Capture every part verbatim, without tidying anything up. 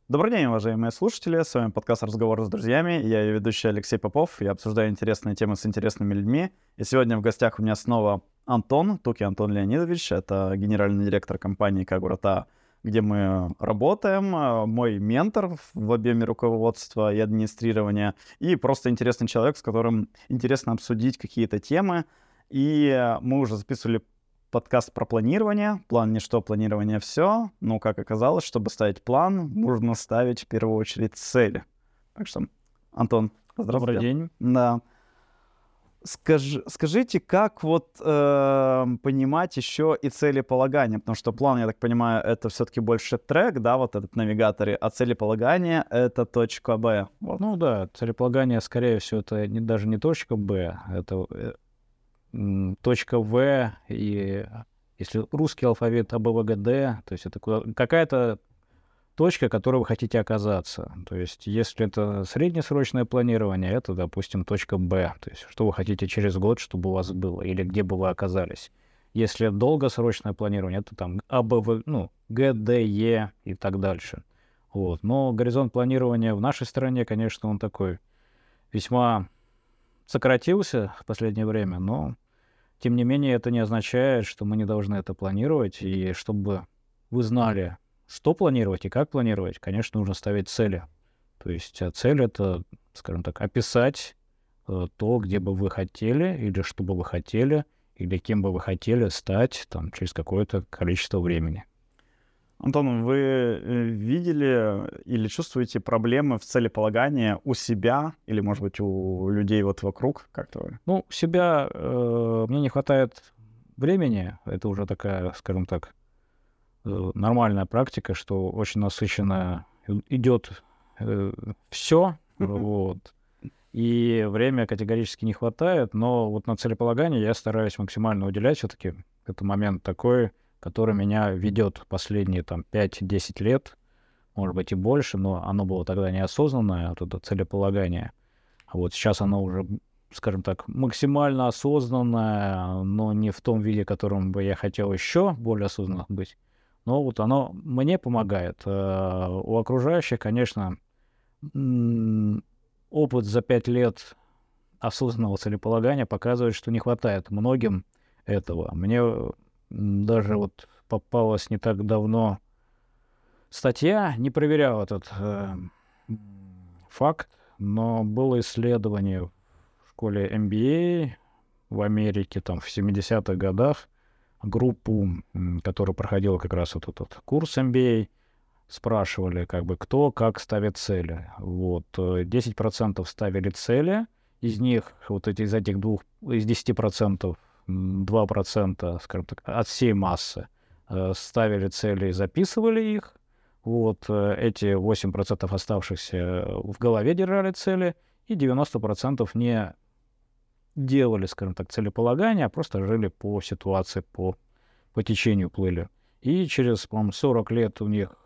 Добрый день, уважаемые слушатели. С вами подкаст «Разговоры с друзьями». Я ее ведущий Алексей Попов. Я обсуждаю интересные темы с интересными людьми. И сегодня в гостях у меня снова Антон, Туки Антон Леонидович. Это генеральный директор компании «Кагурата», где мы работаем. э, Мой ментор в объеме руководства и администрирования. И просто интересный человек, с которым интересно обсудить какие-то темы. И э, мы уже записывали подкаст про планирование. План ничто, планирование все. Но, как оказалось, чтобы ставить план, нужно ставить в первую очередь цели. Так что, Антон, Добрый здравствуйте. день. Да. Скаж- скажите, как вот э, понимать еще и целеполагание? Потому что план, я так понимаю, это все-таки больше трек, да, вот этот в навигаторе, а целеполагание — это точка Б. Вот. Ну да, целеполагание, скорее всего, это не, даже не точка Б, это э, м, точка В, и если русский алфавит А, Б, В, Г, Д, то есть это куда- какая-то точка, в которой вы хотите оказаться. То есть если это среднесрочное планирование, это, допустим, точка Б, то есть что вы хотите через год, чтобы у вас было, или где бы вы оказались. Если долгосрочное планирование, это там А, Б, В, ну, Г, Д, Е и так дальше. Вот. Но горизонт планирования в нашей стране, конечно, он такой весьма сократился в последнее время, но тем не менее это не означает, что мы не должны это планировать. И чтобы вы знали, что планировать и как планировать, конечно, нужно ставить цели. То есть а цель — это, скажем так, описать э, то, где бы вы хотели, или что бы вы хотели, или кем бы вы хотели стать там, через какое-то количество времени. Антон, вы э, видели или чувствуете проблемы в целеполагании у себя или, может быть, у людей вот вокруг? Как-то вы? Ну, себя э, мне не хватает времени. Это уже такая, скажем так, э, нормальная практика, что очень насыщенно идет все, вот. И время категорически не хватает, но вот на целеполагание я стараюсь максимально уделять все-таки. Это момент такой, который меня ведет последние там пять-десять лет, может быть и больше, но оно было тогда неосознанное, вот это целеполагание. А вот сейчас оно уже, скажем так, максимально осознанное, но не в том виде, которым бы я хотел еще более осознанно быть. Но вот оно мне помогает. Э, У окружающих, конечно, м, опыт за пять лет осознанного целеполагания показывает, что не хватает многим этого. Мне м, даже вот попалась не так давно статья, не проверял этот э, м, факт, но было исследование в школе эм би эй в Америке там в семидесятых годах. Группу, м, которая проходила как раз вот этот курс эм би эй, спрашивали, как бы, кто как ставит цели. Вот. э, десять процентов ставили цели, из них, вот эти, из этих двух, из десяти процентов, м, два процента, скажем так, от всей массы э, ставили цели и записывали их. Вот. э, Эти восемь процентов оставшихся э, в голове держали цели, и девяносто процентов не делали, скажем так, целеполагание, а просто жили по ситуации, по, по течению плыли. И через, по-моему, сорок лет у них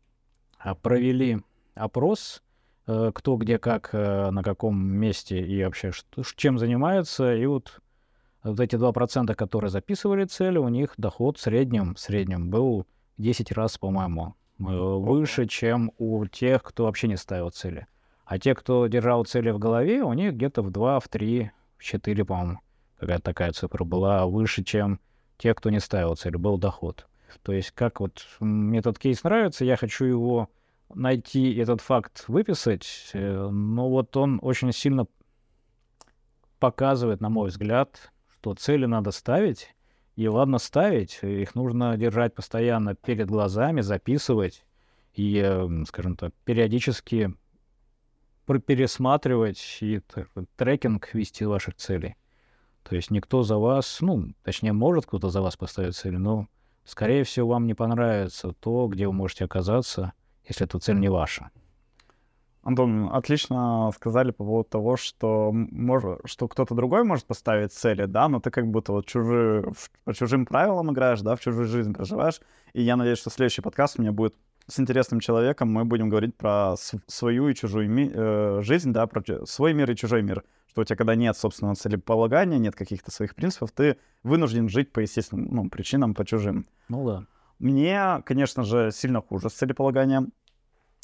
а, провели опрос, э, кто где как, э, на каком месте и вообще что, ш- чем занимается. И вот, вот эти два процента, которые записывали цели, у них доход в среднем, в среднем был десять раз, по-моему, э, выше, чем у тех, кто вообще не ставил цели. А те, кто держал цели в голове, у них где-то в два, в три, в четыре, по-моему, какая-то такая цифра была выше, чем те, кто не ставил цели, был доход. То есть как вот м, мне этот кейс нравится, я хочу его найти, этот факт выписать, э, но вот он очень сильно показывает, на мой взгляд, что цели надо ставить, и ладно ставить, их нужно держать постоянно перед глазами, записывать и, э, скажем так, периодически пр- пересматривать и т- трекинг вести ваших целей. То есть никто за вас, ну, точнее, может кто-то за вас поставить цели, но, скорее всего, вам не понравится то, где вы можете оказаться, если эта цель не ваша. Антон, отлично сказали по поводу того, что, м- мож- что кто-то другой может поставить цели, да, но ты как будто вот чужие, в- по чужим правилам играешь, да, в чужую жизнь проживаешь. И я надеюсь, что следующий подкаст у меня будет с интересным человеком. Мы будем говорить про св- свою и чужую ми- э, жизнь, да, про чу- свой мир и чужой мир. Что у тебя, когда нет собственного целеполагания, нет каких-то своих принципов, ты вынужден жить по естественным, ну, причинам, по чужим. Ну да. Мне, конечно же, сильно хуже с целеполаганием.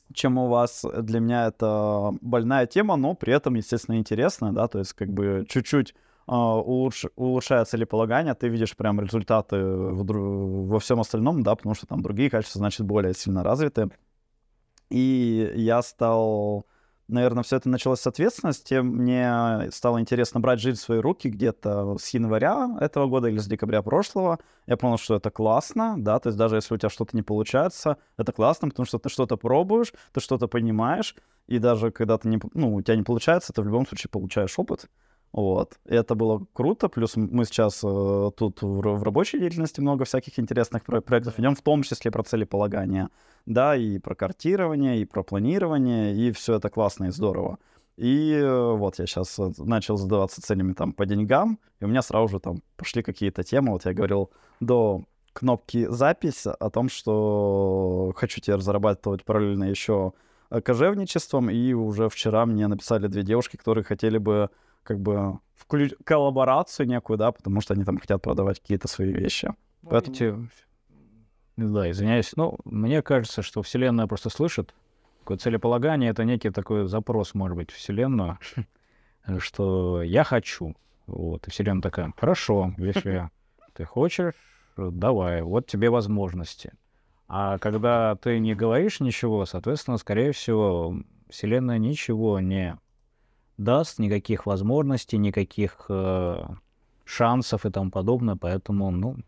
чем у вас. Для меня это больная тема, но при этом, естественно, интересная, да, то есть как бы чуть-чуть а, улучш- улучшая целеполагание, ты видишь прям результаты в дру- во всем остальном, да, потому что там другие качества, значит, более сильно развиты. И я стал, наверное, все это началось с ответственности. Мне стало интересно брать жизнь в свои руки где-то с января этого года или с декабря прошлого. Я понял, что это классно, да, то есть даже если у тебя что-то не получается, это классно, потому что ты что-то пробуешь, ты что-то понимаешь, и даже когда ты не, п- ну, у тебя не получается, ты в любом случае получаешь опыт. Вот. И это было круто. Плюс м- мы сейчас э, тут в, р- в рабочей деятельности много всяких интересных про- проектов ведем, в том числе про целеполагание, да, и про картирование, и про планирование, и все это классно и здорово. И э, вот я сейчас начал задаваться целями там по деньгам, и у меня сразу же там пошли какие-то темы. Вот я говорил до кнопки «Запись» о том, что хочу теперь зарабатывать параллельно еще э, кожевничеством, и уже вчера мне написали две девушки, которые хотели бы как бы вклю- коллаборацию некую, да, потому что они там хотят продавать какие-то свои вещи. Ну, Поэтому видите, да, извиняюсь. Ну, мне кажется, что Вселенная просто слышит. Такое целеполагание — это некий такой запрос, может быть, в Вселенную, что я хочу. Вот. И Вселенная такая: хорошо, если ты хочешь, давай, вот тебе возможности. А когда ты не говоришь ничего, соответственно, скорее всего, Вселенная ничего не даст, никаких возможностей, никаких э, шансов и тому подобное. Поэтому, ну,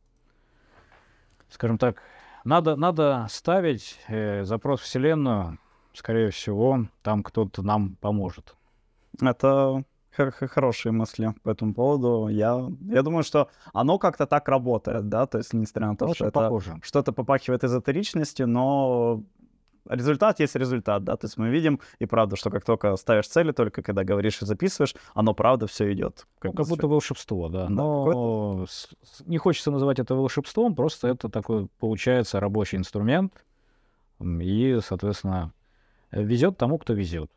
скажем так, надо, надо ставить э, запрос в Вселенную. Скорее всего, там кто-то нам поможет. это хор- хор- хорошие мысли по этому поводу. Я, я думаю, что оно как-то так работает, да, то есть несмотря на то, что Очень это похоже. что-то попахивает эзотеричностью, но результат есть результат, да, то есть мы видим, и правда, что как только ставишь цели, только когда говоришь и записываешь, оно правда все идет. Ну, как будто волшебство, да. Да, какое-то. Но с- с- не хочется называть это волшебством, просто это такой, получается, рабочий инструмент. М, И, соответственно, э, везет тому, кто везет.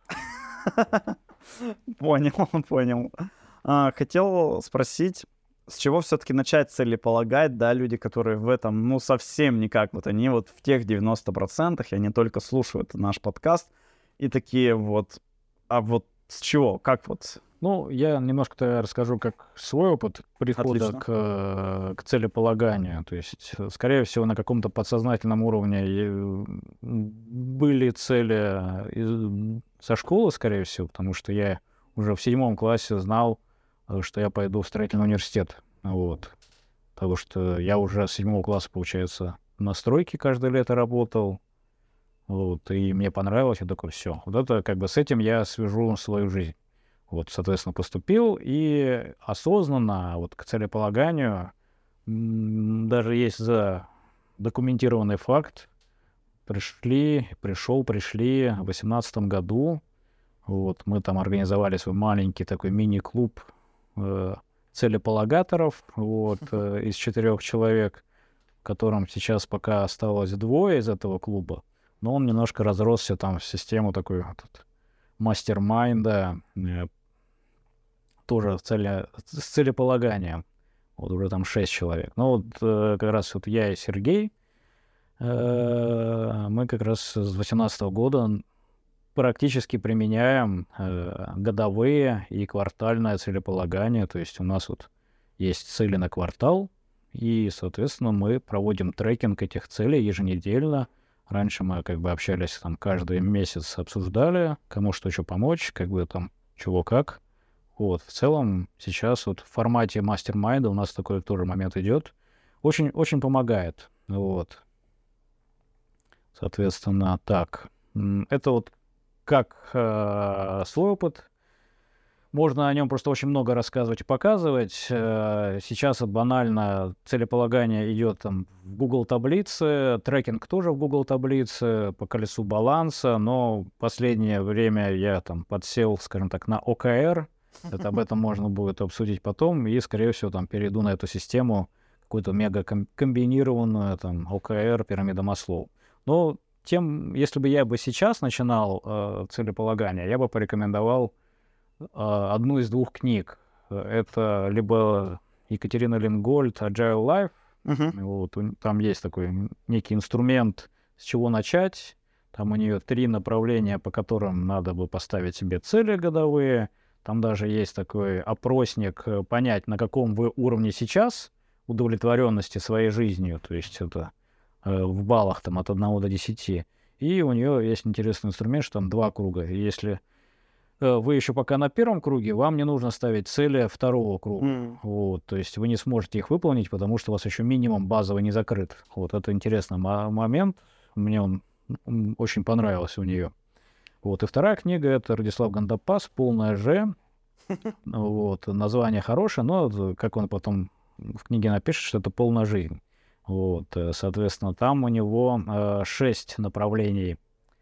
Понял, понял. А, хотел спросить, с чего все-таки начать целеполагать, да, люди, которые в этом, ну, совсем никак, вот они вот в тех девяноста процентах, и они только слушают наш подкаст, и такие вот, а вот с чего, как вот? Ну, я немножко-то расскажу, как свой опыт прихода Отлично. к, э, к целеполаганию. То есть, э, скорее всего, на каком-то подсознательном уровне э, м, были цели э, из- со школы, скорее всего, потому что я уже в седьмом классе знал, э, что я пойду в строительный университет. Вот. Потому что я уже с седьмого класса, получается, на стройке каждое лето работал. Вот, и мне понравилось, я такой: все, вот это как бы с этим я свяжу свою жизнь. Вот, соответственно, поступил и осознанно вот к целеполаганию, м, даже есть задокументированный факт, пришли, пришел, пришли в восемнадцатом году. Вот, мы там организовали свой маленький такой мини-клуб э, целеполагаторов, вот, э, из четырех человек, в котором сейчас пока осталось двое из этого клуба, но он немножко разросся там в систему такой вот тут мастер-майнда, э, тоже в цели, с целеполаганием. Вот уже там шесть человек. Ну вот э, как раз вот я и Сергей, э, мы как раз с восемнадцатого года практически применяем э, годовые и квартальное целеполагание. То есть у нас вот есть цели на квартал, и, соответственно, мы проводим трекинг этих целей еженедельно. Раньше мы как бы общались там каждый месяц, обсуждали, кому что еще помочь, как бы там чего как. Вот, в целом сейчас вот в формате мастер-майнда у нас такой тоже момент идет. Очень, очень помогает. Вот, соответственно, так. М, Это вот как э, свой опыт. Можно о нем просто очень много рассказывать и показывать. Э, Сейчас вот банально целеполагание идет там в Google таблице, трекинг тоже в Google таблице, по колесу баланса, но последнее время я там подсел, скажем так, на о ка эр. Это об этом можно будет обсудить потом, и, скорее всего, там перейду на эту систему, какую-то мега ком- комбинированную, там, о ка эр, пирамида Маслоу. Но тем, если бы я бы сейчас начинал э, целеполагание, я бы порекомендовал а, одну из двух книг. Э, Это либо Екатерина Лингольд «Agile Life». Мгм. Вот, у- там есть такой н- некий инструмент, с чего начать. Там у нее три направления, по которым надо бы поставить себе цели годовые. Там даже есть такой опросник, э, понять, на каком вы уровне сейчас удовлетворенности своей жизнью. То есть это э, в баллах там, от одного до десяти. И у нее есть интересный инструмент, что там два круга. И если э, вы еще пока на первом круге, вам не нужно ставить цели второго круга. М. Вот, то есть вы не сможете их выполнить, потому что у вас еще минимум базовый не закрыт. Вот это интересный мо- момент. Мне он м, очень понравился у нее. Вот. И вторая книга — это Радислав Гандапас «Полная Ж». Вот. Название хорошее, но вот, как он потом в книге напишет, что это полная жизнь. Вот. э, Соответственно, там у него э, шесть направлений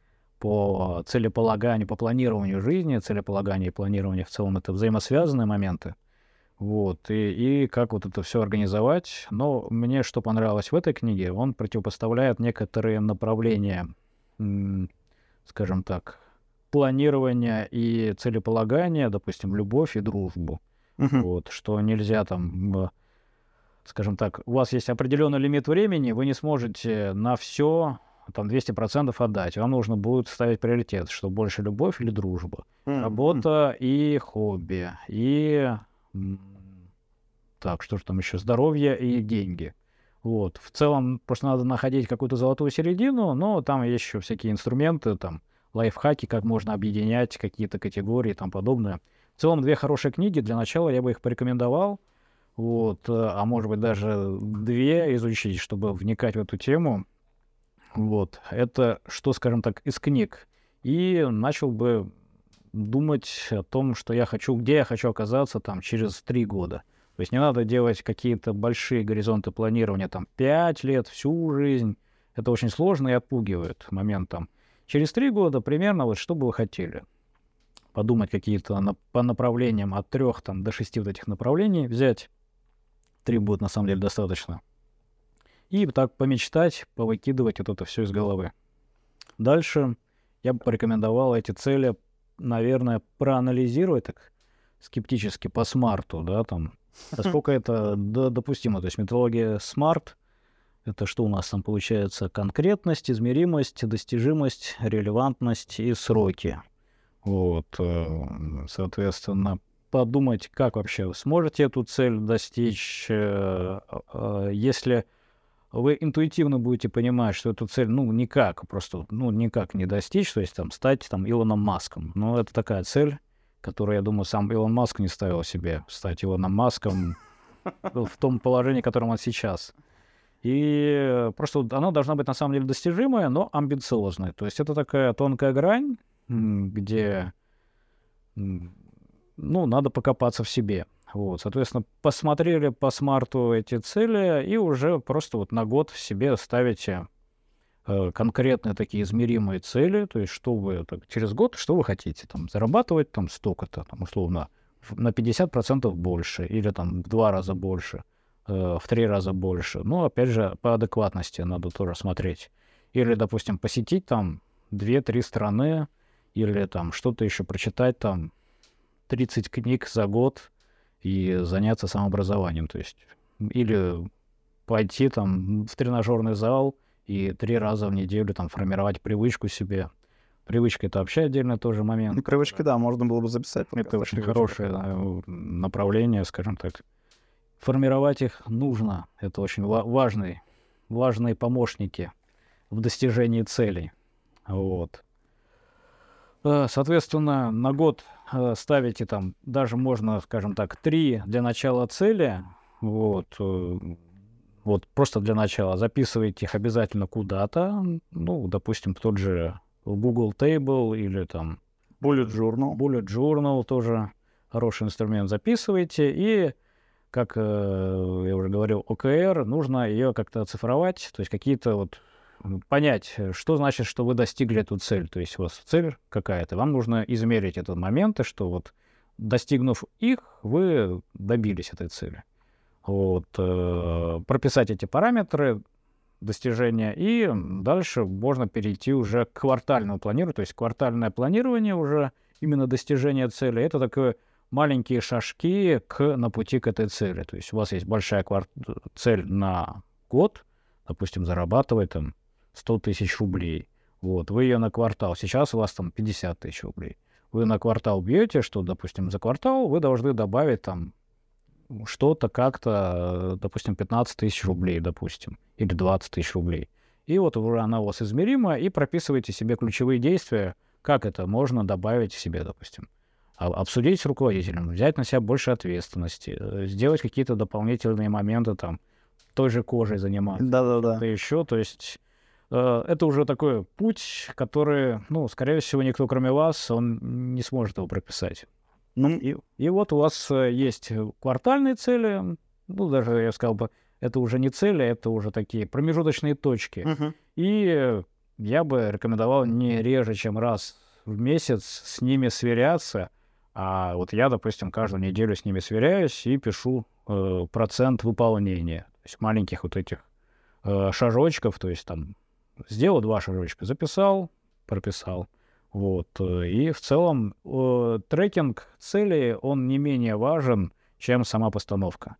по целеполаганию, по планированию жизни. Целеполагание и планирование в целом — это взаимосвязанные моменты. Вот. И, и как вот это все организовать. Но мне что понравилось в этой книге, он противопоставляет некоторые направления, м, скажем так, планирования и целеполагания, допустим, любовь и дружбу. Мгм. Вот, что нельзя там, м, скажем так, у вас есть определенный лимит времени, вы не сможете на все там двести процентов отдать. Вам нужно будет ставить приоритет, что больше любовь или дружба. М, м. Работа и хобби. И м, так, что же там еще? Здоровье и деньги. Вот. В целом, просто надо находить какую-то золотую середину, но там есть еще всякие инструменты, там, лайфхаки, как можно объединять какие-то категории и тому подобное. В целом, две хорошие книги. Для начала я бы их порекомендовал. Вот. э, А может быть, даже две изучить, чтобы вникать в эту тему. Вот. Это что, скажем так, из книг. И начал бы думать о том, что я хочу, где я хочу оказаться там через три года. То есть не надо делать какие-то большие горизонты планирования, там, пять лет, всю жизнь. Это очень сложно и отпугивает момент там. Через три года примерно вот что бы вы хотели. Подумать какие-то на- по направлениям от трех там, до шести вот этих направлений, взять, три будет на самом деле достаточно. И так помечтать, повыкидывать вот это все из головы. Дальше я бы порекомендовал эти цели, наверное, проанализировать так скептически по смарту, да, там, насколько это д- допустимо. То есть методология смарт — это что у нас там получается? Конкретность, измеримость, достижимость, релевантность и сроки. Вот, э, соответственно, подумать, как вообще вы сможете эту цель достичь, э, э, если вы интуитивно будете понимать, что эту цель, ну, никак, просто, ну, никак не достичь, то есть там стать там Илоном Маском. Но это такая цель, которую, я думаю, сам Илон Маск не ставил себе, стать Илоном Маском в том положении, в котором он сейчас. И э, просто вот она должна быть на самом деле достижимая, но амбициозная. То есть это такая тонкая грань, м, где, м, ну, надо покопаться в себе. Вот, соответственно, посмотрели по смарту эти цели и уже просто вот на год себе ставите э, конкретные такие измеримые цели, то есть что вы так, через год, что вы хотите, там, зарабатывать там столько-то, там, условно, в- на пятьдесят процентов больше или там в два раза больше, э, в три раза больше. Ну, опять же, по адекватности надо тоже смотреть. Или, допустим, посетить там две-три страны, или там что-то еще прочитать, там, тридцать книг за год и заняться самообразованием. То есть, или пойти там в тренажерный зал и три раза в неделю там формировать привычку себе. Привычка — это вообще отдельный тоже момент. Ну, привычки, да, можно было бы записать. подкаст Это о очень привычках. хорошее э, направление, скажем так. Формировать их нужно. Это очень ва- важный, важные помощники в достижении целей. Вот. Э, Соответственно, на год э, ставите там, даже можно, скажем так, три для начала цели. Вот. э, Вот просто для начала записывайте их обязательно куда-то. Ну, допустим, в тот же Google Table или там Bullet Journal. Bullet Journal тоже хороший инструмент. Записывайте, и, как э, я уже говорил, о ка эр, нужно ее как-то оцифровать, то есть какие-то вот м, понять, э, что значит, что вы достигли эту цель. То есть у вас цель какая-то, вам нужно измерить этот момент, и что вот достигнув их, вы добились этой цели. Вот, э, прописать эти параметры достижения, и дальше можно перейти уже к квартальному планированию. То есть квартальное планирование уже именно достижение цели. Это такое маленькие шажки к, на пути к этой цели. То есть у вас есть большая квар- цель на год, допустим, зарабатывать там сто тысяч рублей. Вот, вы ее на квартал, сейчас у вас там пятьдесят тысяч рублей. Вы на квартал бьете, что, допустим, за квартал вы должны добавить там что-то как-то, допустим, пятнадцать тысяч рублей, допустим, или двадцать тысяч рублей. И вот уже она у вас измерима, и прописываете себе ключевые действия, как это можно добавить себе, допустим. А- Обсудить с руководителем, взять на себя больше ответственности, э, сделать какие-то дополнительные моменты, там, той же кожей заниматься, Да-да-да. что-то еще. То есть э, это уже такой путь, который, ну, скорее всего, никто, кроме вас, он не сможет его прописать. Ну, И, и вот у вас э, есть э, квартальные цели, ну, даже, я сказал бы, это уже не цели, это уже такие промежуточные точки. мгм. И э, я бы рекомендовал не реже, чем раз в месяц с ними сверяться. А вот я, допустим, каждую неделю с ними сверяюсь и пишу э, процент выполнения. То есть маленьких вот этих э, шажочков, то есть там сделал два шажочка, записал, прописал. Вот. э, И в целом э, трекинг целей, он не менее важен, чем сама постановка.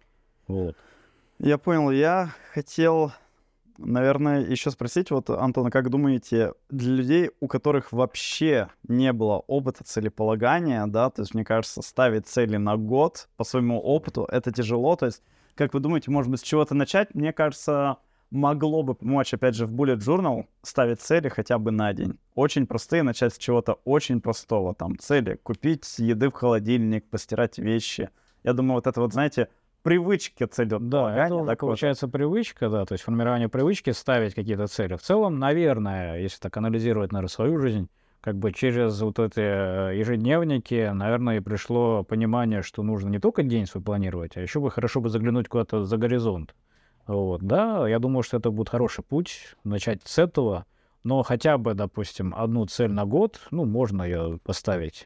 Вот. Я понял. Я хотел, наверное, еще спросить, вот, Антон, как думаете, для людей, у которых вообще не было опыта целеполагания, да, то есть, мне кажется, ставить цели на год по своему опыту, это тяжело, то есть, как вы думаете, может быть, с чего-то начать? Мне кажется, могло бы помочь, опять же, в Bullet Journal ставить цели хотя бы на день. Очень простые, начать с чего-то очень простого. Там цели: купить еды в холодильник, постирать вещи. Я думаю, вот это вот, знаете, привычки Да, целеполагания. это уже так вот. получается привычка, да, то есть формирование привычки ставить какие-то цели. В целом, наверное, если так анализировать, наверное, свою жизнь, как бы через вот эти э, ежедневники, наверное, и пришло понимание, что нужно не только день свой планировать, а еще бы хорошо бы заглянуть куда-то за горизонт. Вот, да, я думаю, что это будет хороший путь, начать с этого, но хотя бы, допустим, одну цель на год, ну, можно ее поставить.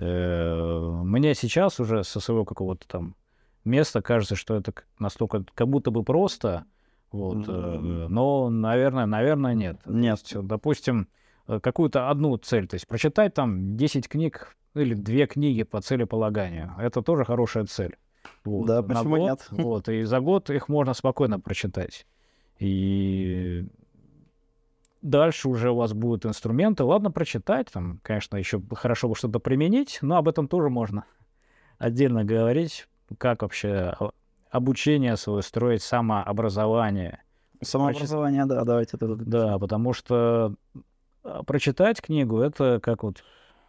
Э, Мне сейчас уже со своего какого-то там места кажется, что это к- настолько как будто бы просто, вот, э, М. но, наверное, наверное, нет. То Нет. есть, вот, допустим, э, какую-то одну цель, то есть прочитать там десять книг или две книги по целеполаганию, это тоже хорошая цель. Вот, Да, на почему год, нет? вот, и за год их можно спокойно прочитать. И дальше уже у вас будут инструменты. Ладно, прочитать, там, конечно, еще хорошо бы что-то применить, но об этом тоже можно отдельно говорить, как вообще о- обучение свое строить, самообразование. Самообразование, да, давайте тут. Да, потому что а, прочитать книгу — это как вот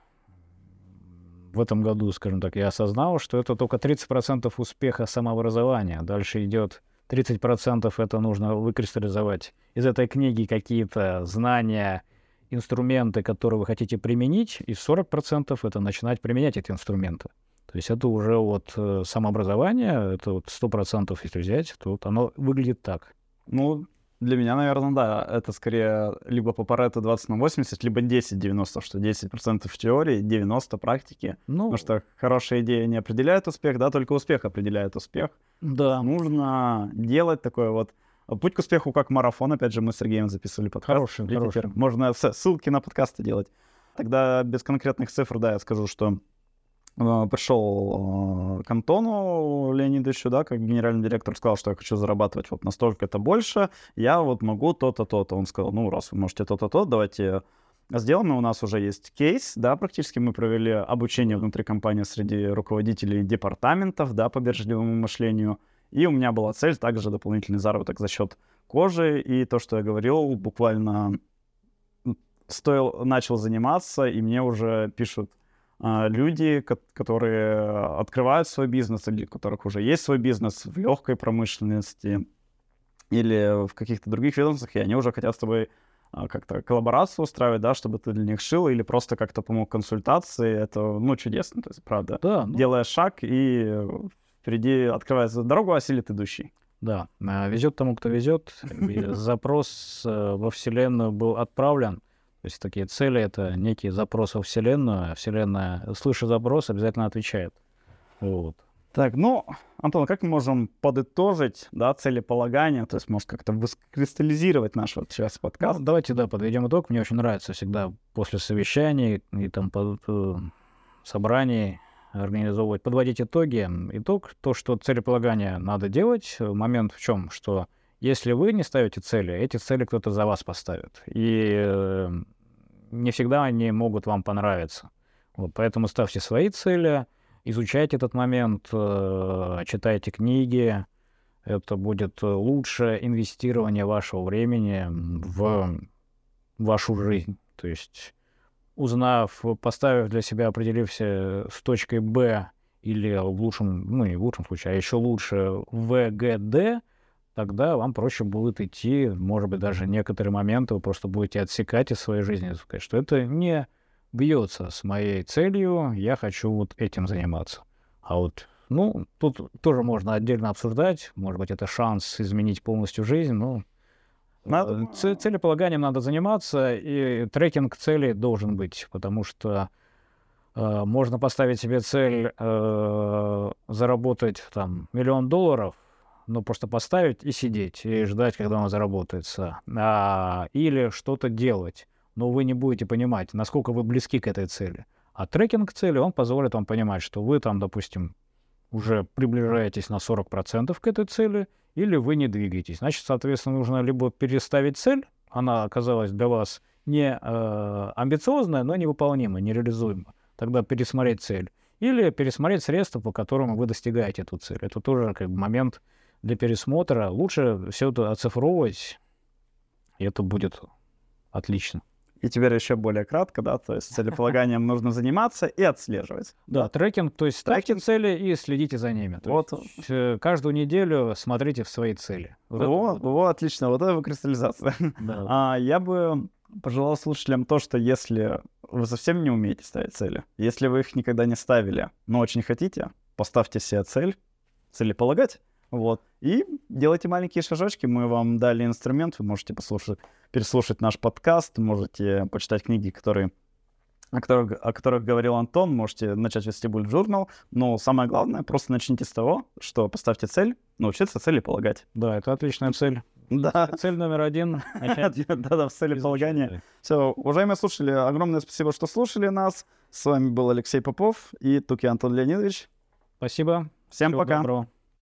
в этом году, скажем так, я осознал, что это только тридцать процентов успеха самообразования. Дальше идет тридцать процентов, это нужно выкристаллизовать из этой книги какие-то знания, инструменты, которые вы хотите применить, и сорок процентов это начинать применять эти инструменты. То есть это уже вот э, самообразование, это вот сто процентов, если взять, то вот оно выглядит так. Ну, для меня, наверное, да, это скорее либо по Паретто двадцать на восемьдесят, либо десять девяносто, что десять процентов теории, девяносто практики. Ну, Потому что хорошая идея не определяет успех, да, только успех определяет успех. да, Нужно делать такое вот а, путь к успеху как марафон. Опять же, мы с Сергеем записывали подкаст. Хороший, Видите, хороший. можно с- ссылки на подкасты делать. Тогда без конкретных цифр, да, я скажу, что э, пришел э, к Антону Леонидовичу, да, как генеральный директор, сказал, что я хочу зарабатывать вот настолько-то больше, я вот могу то-то, то-то. Он сказал, ну, раз вы можете то-то, то, давайте сделаем. У нас уже есть кейс, да, практически мы провели обучение внутри компании среди руководителей департаментов, да, по бережливому мышлению. И у меня была цель также дополнительный заработок за счет кожи. И то, что я говорил, буквально стоил, начал заниматься, и мне уже пишут а, люди, ко- которые открывают свой бизнес, или у которых уже есть свой бизнес в легкой промышленности или в каких-то других ведомствах, и они уже хотят с тобой а, как-то коллаборацию устраивать, да, чтобы ты для них шил или просто как-то помог консультации. Это, ну, чудесно, то есть, правда. Да, ну, Делаешь шаг, и э, впереди открывается дорогу, осилит идущий. да, а, везет тому, кто везет. И запрос э, во Вселенную был отправлен. То есть такие цели — это некий запрос во Вселенную. а Вселенная, слыша запрос, обязательно отвечает. Вот. Так, ну, Антон, как мы можем подытожить, да, целеполагание, то есть, может, как-то выкристаллизировать наш вот сейчас Ну, подкаст? давайте, да, подведем итог. Мне очень нравится всегда после совещаний и там под, э, собраний организовывать, подводить итоги. Итог — то, что целеполагание надо делать. Момент в чем, что Если вы не ставите цели, эти цели кто-то за вас поставит. И э, не всегда они могут вам понравиться. Вот, поэтому ставьте свои цели, изучайте этот момент, э, читайте книги. Это будет лучшее инвестирование вашего времени в вашу жизнь. То есть, узнав, поставив для себя, определився с точкой Б или в лучшем, ну не в лучшем случае, а еще лучше В, Г, Д, тогда вам проще будет идти, может быть, даже некоторые моменты вы просто будете отсекать из своей жизни, сказать, что это не бьется с моей целью, я хочу вот этим заниматься. А вот, ну, тут тоже можно отдельно обсуждать, может быть, это шанс изменить полностью жизнь, но Надо... ц- целеполаганием надо заниматься, и трекинг целей должен быть, потому что э, можно поставить себе цель э, заработать там миллион долларов, но просто поставить и сидеть, и ждать, когда он заработается, а, или что-то делать, но вы не будете понимать, насколько вы близки к этой цели. А трекинг цели, он позволит вам понимать, что вы там, допустим, уже приближаетесь на сорок процентов к этой цели, или вы не двигаетесь. Значит, соответственно, нужно либо переставить цель, она оказалась для вас не э, амбициозная, но невыполнимая, нереализуемая. Тогда пересмотреть цель. Или пересмотреть средства, по которым вы достигаете эту цель. Это тоже как бы момент для пересмотра. Лучше все это оцифровывать, и это будет отлично. И теперь еще более кратко, да, то есть целеполаганием нужно заниматься и отслеживать. Да, трекинг, то есть ставьте Трекинг. цели и следите за ними. То Вот. есть, э, каждую неделю смотрите в свои цели. Вот это О, вот. о, отлично, вот это выкристаллизация. Да. А, я бы пожелал слушателям то, что если вы совсем не умеете ставить цели, если вы их никогда не ставили, но очень хотите, поставьте себе цель, целеполагать, вот, и делайте маленькие шажочки. Мы вам дали инструмент, вы можете послушать, переслушать наш подкаст, можете почитать книги, которые, о, которых, о которых говорил Антон, можете начать вести bullet journal, но самое главное, просто начните с того, что поставьте цель, научиться целеполагать. Да, это отличная цель. Да. Цель номер один. начать Да-да, в целеполагании. изучать. Все, уважаемые слушатели, огромное спасибо, что слушали нас. С вами был Алексей Попов и Туки Антон Леонидович. Спасибо. Всем Всего пока. доброго.